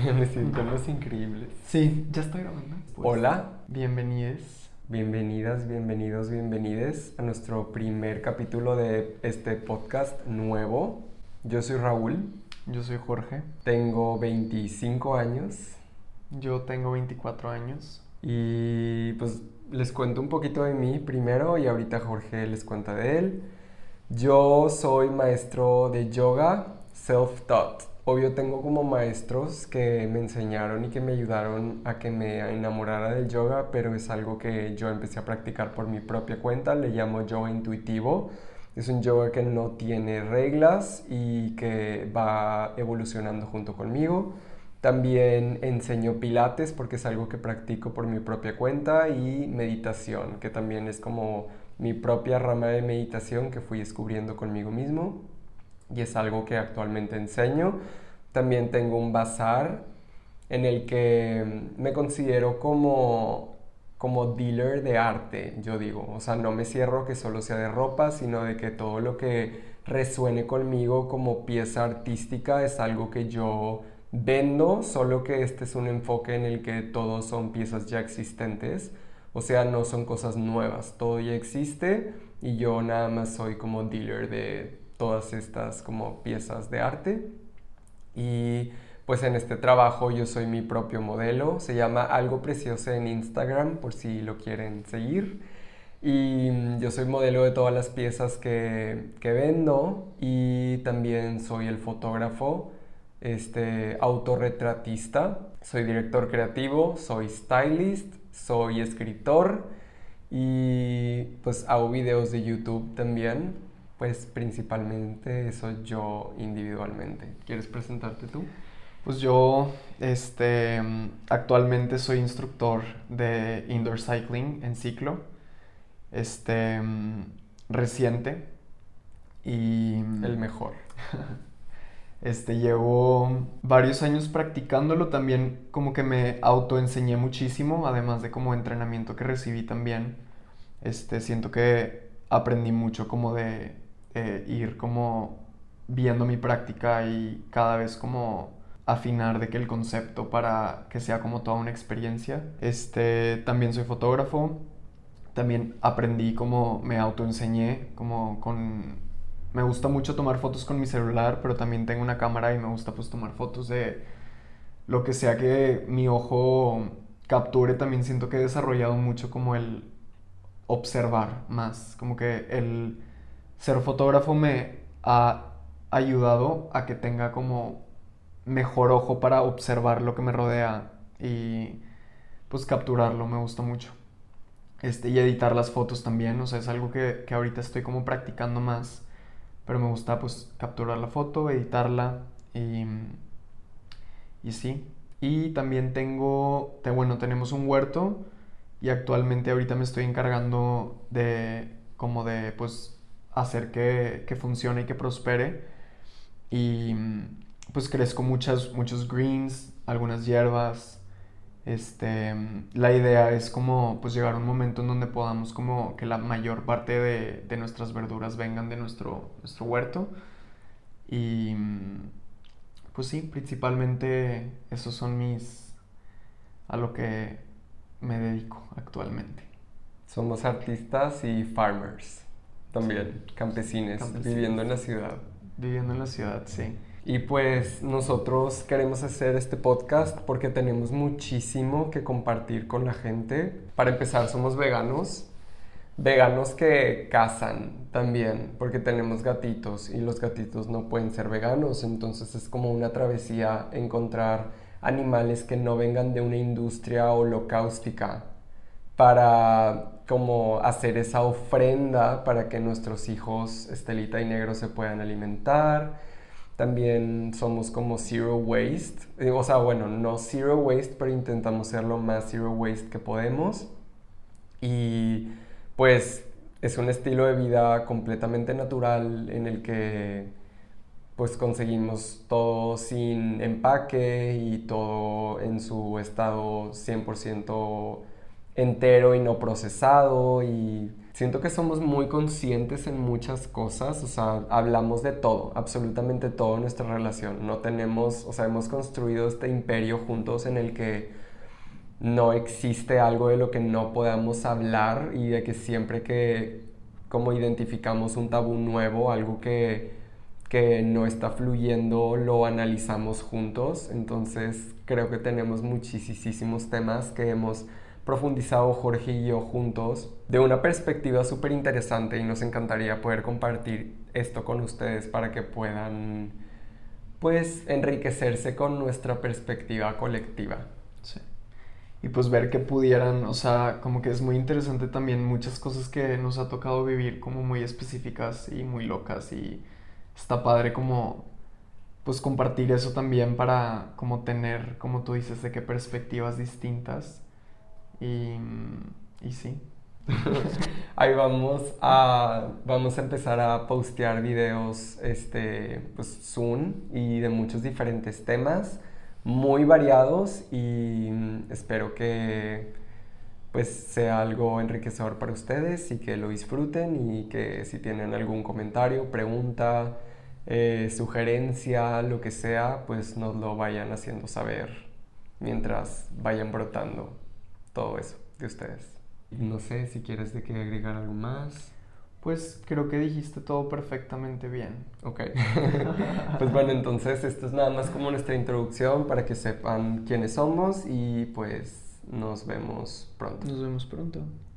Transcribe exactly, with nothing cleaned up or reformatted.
Me siento los increíbles. Sí, ya estoy grabando. Pues, Hola. Bienvenidos. Bienvenidas, bienvenidos, bienvenides a nuestro primer capítulo de este podcast nuevo. Yo soy Raúl. Yo soy Jorge. Tengo veinticinco años. Yo tengo veinticuatro años. Y pues les cuento un poquito de mí primero y ahorita Jorge les cuenta de él. Yo soy maestro de yoga, self-taught. Obvio tengo como maestros que me enseñaron y que me ayudaron a que me enamorara del yoga, pero es algo que yo empecé a practicar por mi propia cuenta. Le llamo yoga intuitivo. Es un yoga que no tiene reglas y que va evolucionando junto conmigo. También enseño pilates porque es algo que practico por mi propia cuenta, y meditación, que también es como mi propia rama de meditación que fui descubriendo conmigo mismo y es algo que actualmente enseño. También tengo un bazar en el que me considero como, como dealer de arte, yo digo. O sea, no me cierro que solo sea de ropa, sino de que todo lo que resuene conmigo como pieza artística es algo que yo vendo, solo que este es un enfoque en el que todos son piezas ya existentes. O sea, no son cosas nuevas, todo ya existe y yo nada más soy como dealer de todas estas como piezas de arte. Y pues en este trabajo yo soy mi propio modelo, se llama Algo Precioso en Instagram por si lo quieren seguir. Y yo soy modelo de todas las piezas que, que vendo, y también soy el fotógrafo, este, autorretratista, soy director creativo, soy stylist, soy escritor y pues hago videos de YouTube también, pues principalmente eso yo individualmente. ¿Quieres presentarte tú? Pues yo, este, actualmente soy instructor de indoor cycling en ciclo, este, reciente y... El mejor. Este, llevo varios años practicándolo, también como que me autoenseñé muchísimo, además de como entrenamiento que recibí también. Este, siento que aprendí mucho como de eh, ir como viendo mi práctica y cada vez como afinar de que el concepto para que sea como toda una experiencia. Este, también soy fotógrafo, también aprendí como me autoenseñé como con... Me gusta mucho tomar fotos con mi celular, pero también tengo una cámara y me gusta pues tomar fotos de lo que sea que mi ojo capture. También siento que he desarrollado mucho como el observar más, como que el ser fotógrafo me ha ayudado a que tenga como mejor ojo para observar lo que me rodea y pues capturarlo, me gusta mucho. Este, y editar las fotos también, o sea, es algo que, que ahorita estoy como practicando más, pero me gusta pues capturar la foto, editarla y, y sí. Y también tengo, te, bueno, tenemos un huerto y actualmente ahorita me estoy encargando de como de pues hacer que, que funcione y que prospere. Y pues crezco muchas, muchos greens, algunas hierbas. Este, la idea es como pues llegar a un momento en donde podamos como que la mayor parte de, de nuestras verduras vengan de nuestro, nuestro huerto. Y pues sí, principalmente esos son mis, a lo que me dedico actualmente. Somos artistas y farmers también, sí. Campesines, Campesines, viviendo en la ciudad. Viviendo en la ciudad, sí. Y pues nosotros queremos hacer este podcast porque tenemos muchísimo que compartir con la gente. Para empezar, somos veganos. Veganos que cazan también, porque tenemos gatitos y los gatitos no pueden ser veganos. Entonces es como una travesía encontrar animales que no vengan de una industria holocaustica, para como hacer esa ofrenda para que nuestros hijos Estelita y Negro se puedan alimentar. También somos como zero waste, o sea, bueno, no zero waste, pero intentamos ser lo más zero waste que podemos. Y pues es un estilo de vida completamente natural en el que pues conseguimos todo sin empaque y todo en su estado cien por ciento entero y no procesado, y siento que somos muy conscientes en muchas cosas, o sea, hablamos de todo, absolutamente todo en nuestra relación. No tenemos, o sea, hemos construido este imperio juntos en el que no existe algo de lo que no podamos hablar y de que siempre que como identificamos un tabú nuevo, algo que, que no está fluyendo, lo analizamos juntos. Entonces creo que tenemos muchísimos temas que hemos profundizado Jorge y yo juntos de una perspectiva súper interesante y nos encantaría poder compartir esto con ustedes para que puedan pues enriquecerse con nuestra perspectiva colectiva. Sí. Y pues ver que pudieran, o sea, como que es muy interesante también muchas cosas que nos ha tocado vivir como muy específicas y muy locas y está padre como pues compartir eso también para como tener, como tú dices, de qué perspectivas distintas y, y sí. Ahí vamos a, vamos a empezar a postear videos este, pues, soon y de muchos diferentes temas muy variados y espero que pues sea algo enriquecedor para ustedes y que lo disfruten y que si tienen algún comentario, pregunta, eh, sugerencia, lo que sea, pues nos lo vayan haciendo saber mientras vayan brotando todo eso de ustedes. No sé si quieres de que agregar algo más. Pues creo que dijiste todo perfectamente bien. Ok. Pues bueno, entonces esto es nada más como nuestra introducción para que sepan quiénes somos y pues nos vemos pronto. Nos vemos pronto.